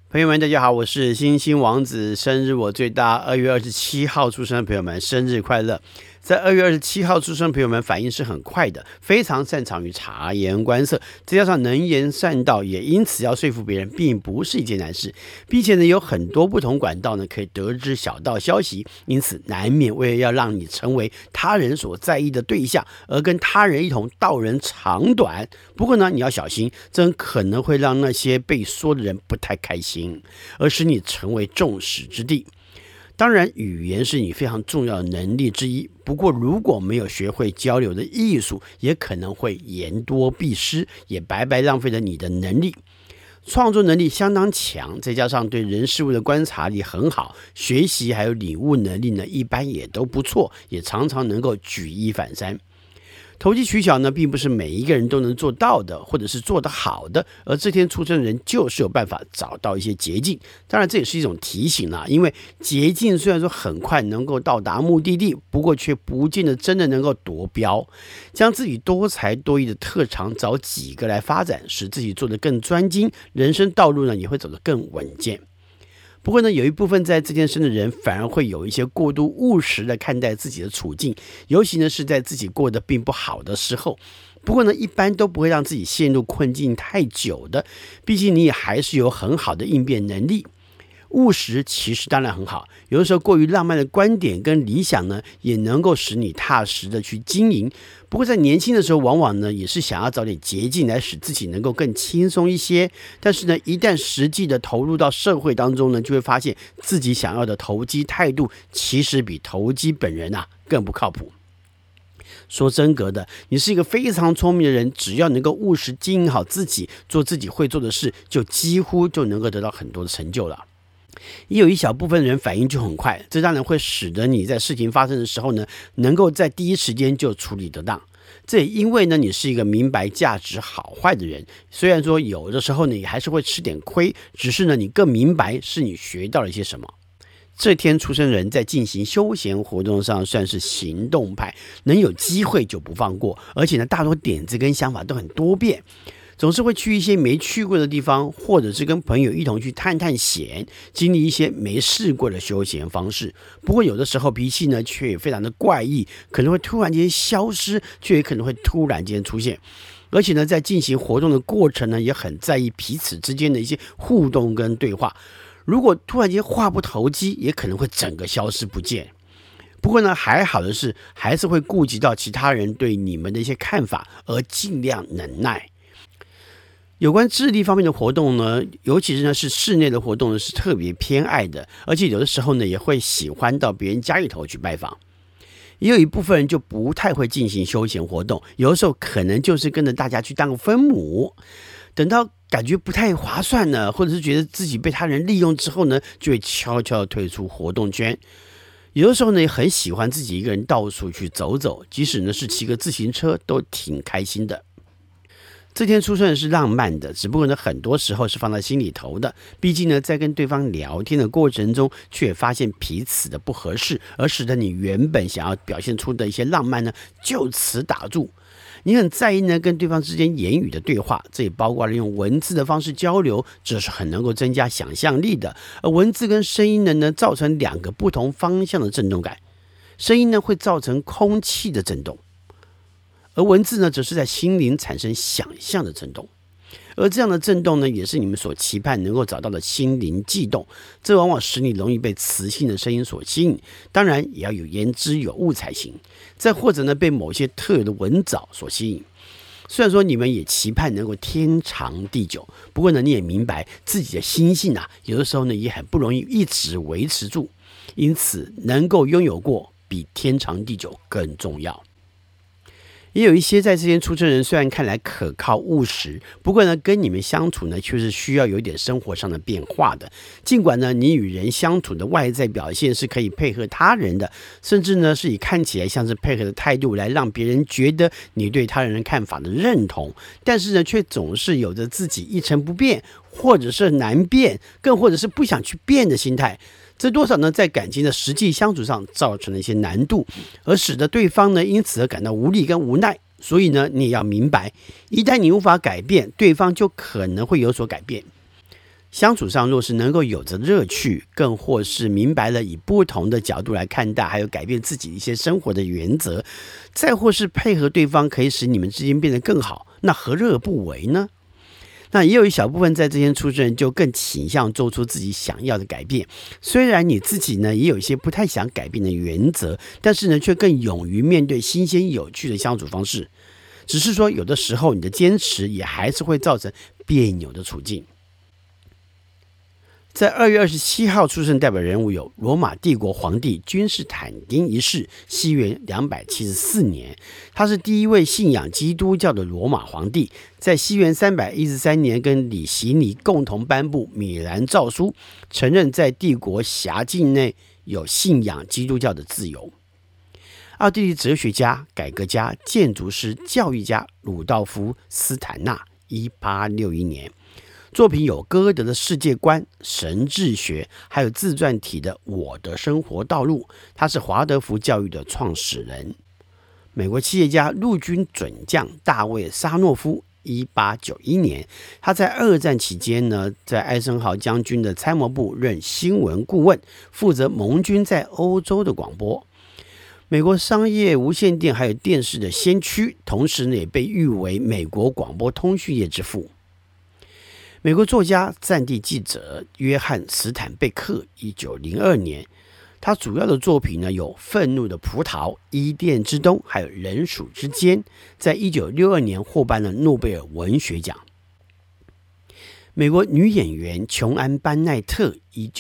朋友们，大家好，我是星星王子，生日我最大，2月27号出生的朋友们，生日快乐！在2月27号出生的朋友们，反应是很快的，非常擅长于察言观色，再加上能言善道，也因此要说服别人，并不是一件难事，并且呢，有很多不同管道呢可以得知小道消息，因此难免为了要让你成为他人所在意的对象，而跟他人一同道人长短。不过呢，你要小心，这很可能会让那些被说的人不太开心，而使你成为众矢之的。当然，语言是你非常重要的能力之一。不过，如果没有学会交流的艺术，也可能会言多必失，也白白浪费了你的能力。创作能力相当强，再加上对人事物的观察力很好，学习还有领悟能力呢，一般也都不错，也常常能够举一反三。投机取巧呢，并不是每一个人都能做到的，或者是做得好的，而这天出生的人就是有办法找到一些捷径。当然，这也是一种提醒啦，因为捷径虽然说很快能够到达目的地，不过却不见得真的能够夺标。将自己多才多艺的特长找几个来发展，使自己做得更专精，人生道路呢也会走得更稳健。不过呢，有一部分在这件事的人反而会有一些过度务实的看待自己的处境，尤其呢是在自己过得并不好的时候。不过呢，一般都不会让自己陷入困境太久的，毕竟你也还是有很好的应变能力。务实其实当然很好，有的时候过于浪漫的观点跟理想呢，也能够使你踏实的去经营。不过在年轻的时候，往往呢也是想要找点捷径来使自己能够更轻松一些。但是呢，一旦实际的投入到社会当中呢，就会发现自己想要的投机态度，其实比投机本人更不靠谱。说真格的，你是一个非常聪明的人，只要能够务实经营好自己，做自己会做的事，就几乎就能够得到很多的成就了。也有一小部分人反应就很快，这当然会使得你在事情发生的时候呢，能够在第一时间就处理得当。这也因为呢，你是一个明白价值好坏的人，虽然说有的时候呢，你还是会吃点亏，只是呢，你更明白是你学到了一些什么。这天出生人在进行休闲活动上算是行动派，能有机会就不放过，而且呢，大多点子跟想法都很多变。总是会去一些没去过的地方，或者是跟朋友一同去探探险，经历一些没试过的休闲方式。不过有的时候脾气呢却也非常的怪异，可能会突然间消失，却也可能会突然间出现。而且呢，在进行活动的过程呢，也很在意彼此之间的一些互动跟对话。如果突然间话不投机，也可能会整个消失不见。不过呢，还好的是，还是会顾及到其他人对你们的一些看法，而尽量忍耐。有关智力方面的活动呢，尤其是室内的活动呢，是特别偏爱的，而且有的时候呢，也会喜欢到别人家里头去拜访。也有一部分人就不太会进行休闲活动，有的时候可能就是跟着大家去当个分母，等到感觉不太划算呢，或者是觉得自己被他人利用之后呢，就会悄悄地退出活动圈。有的时候呢，也很喜欢自己一个人到处去走走，即使呢是骑个自行车，都挺开心的。这天出生是浪漫的，只不过呢，很多时候是放在心里头的。毕竟呢，在跟对方聊天的过程中，却发现彼此的不合适，而使得你原本想要表现出的一些浪漫呢，就此打住。你很在意呢，跟对方之间言语的对话，这也包括了用文字的方式交流，这是很能够增加想象力的。而文字跟声音呢，造成两个不同方向的震动感。声音呢，会造成空气的震动。而文字呢，则是在心灵产生想象的震动，而这样的震动呢，也是你们所期盼能够找到的心灵悸动。这往往使你容易被磁性的声音所吸引，当然也要有言之有物才行。再或者呢，被某些特有的文藻所吸引。虽然说你们也期盼能够天长地久，不过呢，你也明白自己的心性有的时候呢，也很不容易一直维持住。因此，能够拥有过，比天长地久更重要。也有一些在这些出生人虽然看来可靠务实，不过呢，跟你们相处呢，却是需要有一点生活上的变化的。尽管呢，你与人相处的外在表现是可以配合他人的，甚至呢，是以看起来像是配合的态度来让别人觉得你对他人的看法的认同，但是呢，却总是有着自己一成不变，或者是难变，更或者是不想去变的心态。这多少呢，在感情的实际相处上造成了一些难度，而使得对方呢因此而感到无力跟无奈。所以呢，你也要明白，一旦你无法改变，对方就可能会有所改变。 相处上若是能够有着乐趣，更或是明白了以不同的角度来看待，还有改变自己一些生活的原则，再或是配合对方可以使你们之间变得更好，那何乐而不为呢？那也有一小部分在这些出生人就更倾向做出自己想要的改变，虽然你自己呢也有一些不太想改变的原则，但是呢却更勇于面对新鲜有趣的相处方式，只是说有的时候你的坚持也还是会造成别扭的处境。在2月27号出生代表人物有罗马帝国皇帝君士坦丁一世，西元274年，他是第一位信仰基督教的罗马皇帝，在西元313年跟李希尼共同颁布米兰诏书，承认在帝国辖境内有信仰基督教的自由。奥地利哲学家、改革家、建筑师、教育家鲁道夫·斯坦纳1861年，作品有歌德的世界观、神智学，还有自传体的《我的生活道路》。他是华德福教育的创始人。美国企业家、陆军准将大卫·沙诺夫1891年，他在二战期间呢，在艾森豪将军的参谋部任新闻顾问，负责盟军在欧洲的广播。美国商业无线电还有电视的先驱，同时呢也被誉为美国广播通讯业之父。美国作家、战地记者约翰·史坦贝克1902年，他主要的作品呢有《愤怒的葡萄》、《伊甸之冬》还有《人鼠之间》，在1962年获颁了诺贝尔文学奖。美国女演员琼安·班奈特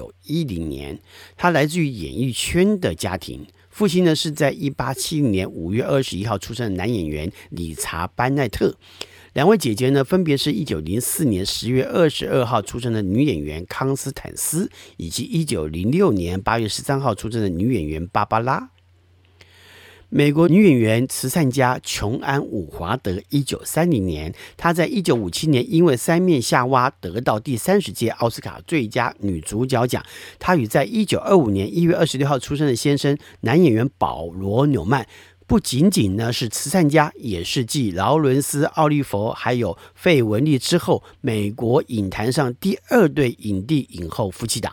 1910年，她来自于演艺圈的家庭，父亲呢是在1870年5月21号出生的男演员理查·班奈特。两位姐姐呢，分别是1904年10月22号出生的女演员康斯坦斯，以及1906年8月13号出生的女演员芭芭拉。美国女演员、慈善家琼安·伍华德1930年，她在1957年因为《三面夏娃》得到第30届奥斯卡最佳女主角奖。她与在1925年1月26号出生的先生男演员保罗·纽曼不仅仅呢是慈善家，也是继劳伦斯·奥利弗还有费雯丽之后，美国影坛上第2对影帝影后夫妻档。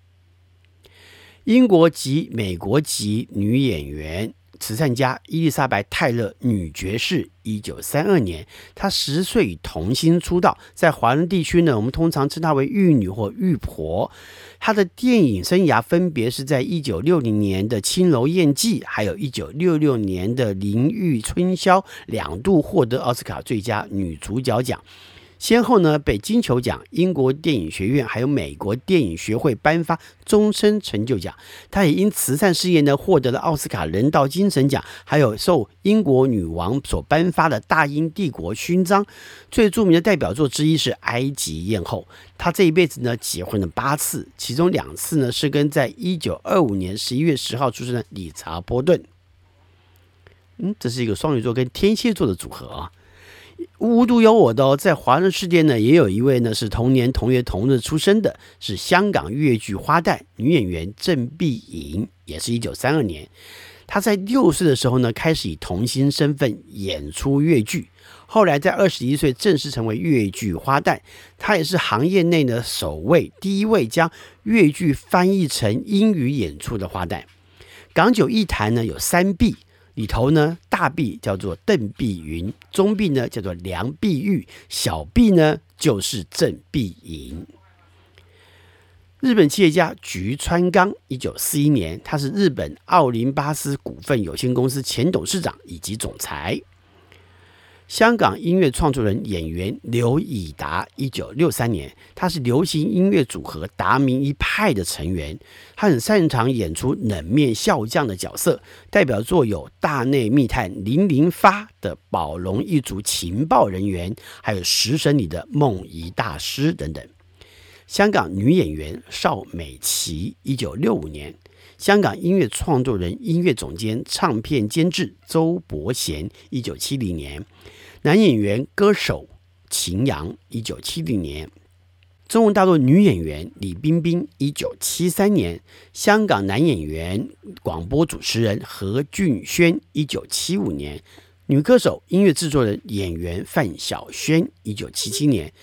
英国籍、美国籍女演员、慈善家伊丽莎白·泰勒女爵士1932年，她10岁以童星出道，在华人地区呢，我们通常称她为玉女或玉婆。她的电影生涯分别是在1960年的《青楼艳妓》，还有1966年的《淋浴春宵》2度获得奥斯卡最佳女主角奖。先后呢被金球奖、英国电影学院还有美国电影学会颁发终身成就奖。他也因慈善事业呢获得了奥斯卡人道精神奖，还有受英国女王所颁发的大英帝国勋章。最著名的代表作之一是《埃及艳后》。他这一辈子呢结婚了8次，其中2次呢是跟在1925年11月10号出生的理查波顿。这是一个双鱼座跟天蝎座的组合啊。无独有偶的在华人世界呢，也有一位呢是同年同月同日出生的，是香港粤剧花旦女演员郑碧莹，也是1932年。她在6岁的时候呢，开始以童星身份演出粤剧，后来在21岁正式成为粤剧花旦。她也是行业内的第一位将粤剧翻译成英语演出的花旦。港九艺坛呢有3碧。里头呢，大碧叫做邓碧云，中碧呢叫做梁碧玉，小碧呢就是郑碧莹。日本企业家菊川刚1941年，他是日本奥林巴斯股份有限公司前董事长以及总裁。香港音乐创作人、演员刘以达1963年，他是流行音乐组合达明一派的成员。他很擅长演出冷面笑匠的角色，代表作有《大内密探零零发》的宝龙一族情报人员，还有《食神》里的梦遗大师等等。香港女演员邵美琪1965年，香港音乐创作人、音乐总监、唱片监制周伯贤1970年，男演员、歌手秦阳1970年，中文大陆女演员李冰冰1973年，香港男演员、广播主持人何俊轩1975年，女歌手、音乐制作人、演员范晓萱1977年，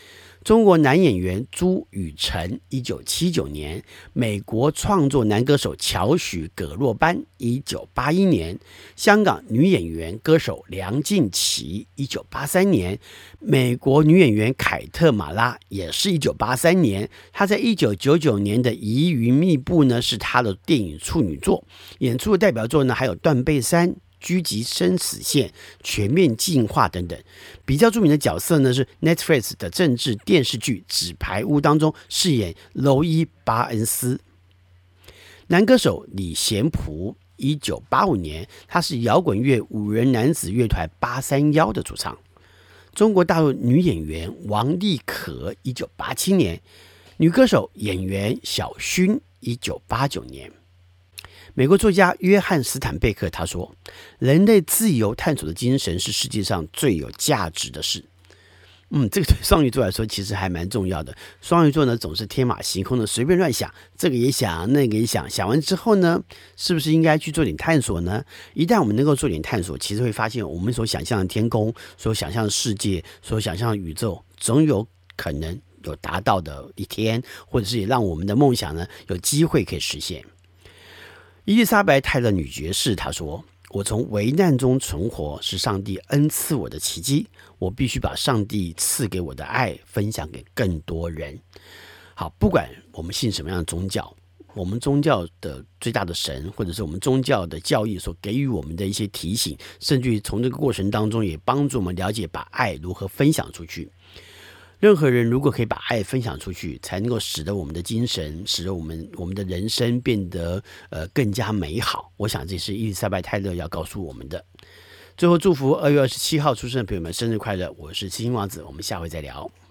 中国男演员朱雨辰1979年，美国创作男歌手乔许葛洛班1981年，香港女演员歌手梁静琪1983年，美国女演员凯特马拉也是1983年。她在1999年的《疑云密布》呢是她的电影处女作，演出的代表作呢还有《断背山》、狙击生死线、全面进化等等。比较著名的角色呢是 Netflix 的政治电视剧《纸牌屋》当中饰演娄伊·巴恩斯。男歌手李贤谱1985年，他是摇滚乐5人男子乐团831的主唱。中国大陆女演员王丽可1987年，女歌手演员小薰1989年。美国作家约翰·斯坦贝克他说，人类自由探索的精神是世界上最有价值的事。这个对双鱼座来说其实还蛮重要的。双鱼座呢总是天马行空的随便乱想，这个也想那个也想，想完之后呢是不是应该去做点探索呢？一旦我们能够做点探索，其实会发现我们所想象的天空，所想象的世界，所想象的宇宙，总有可能有达到的一天，或者是也让我们的梦想呢有机会可以实现。伊丽莎白泰勒女爵士她说，我从危难中存活是上帝恩赐我的奇迹，我必须把上帝赐给我的爱分享给更多人。好，不管我们信什么样的宗教，我们宗教的最大的神，或者是我们宗教的教义所给予我们的一些提醒，甚至于从这个过程当中也帮助我们了解把爱如何分享出去。任何人如果可以把爱分享出去，才能够使得我们的精神，使得我们的人生变得更加美好。我想这是伊丽莎白泰勒要告诉我们的。最后祝福2月27号出生的朋友们生日快乐！我是星星王子，我们下回再聊。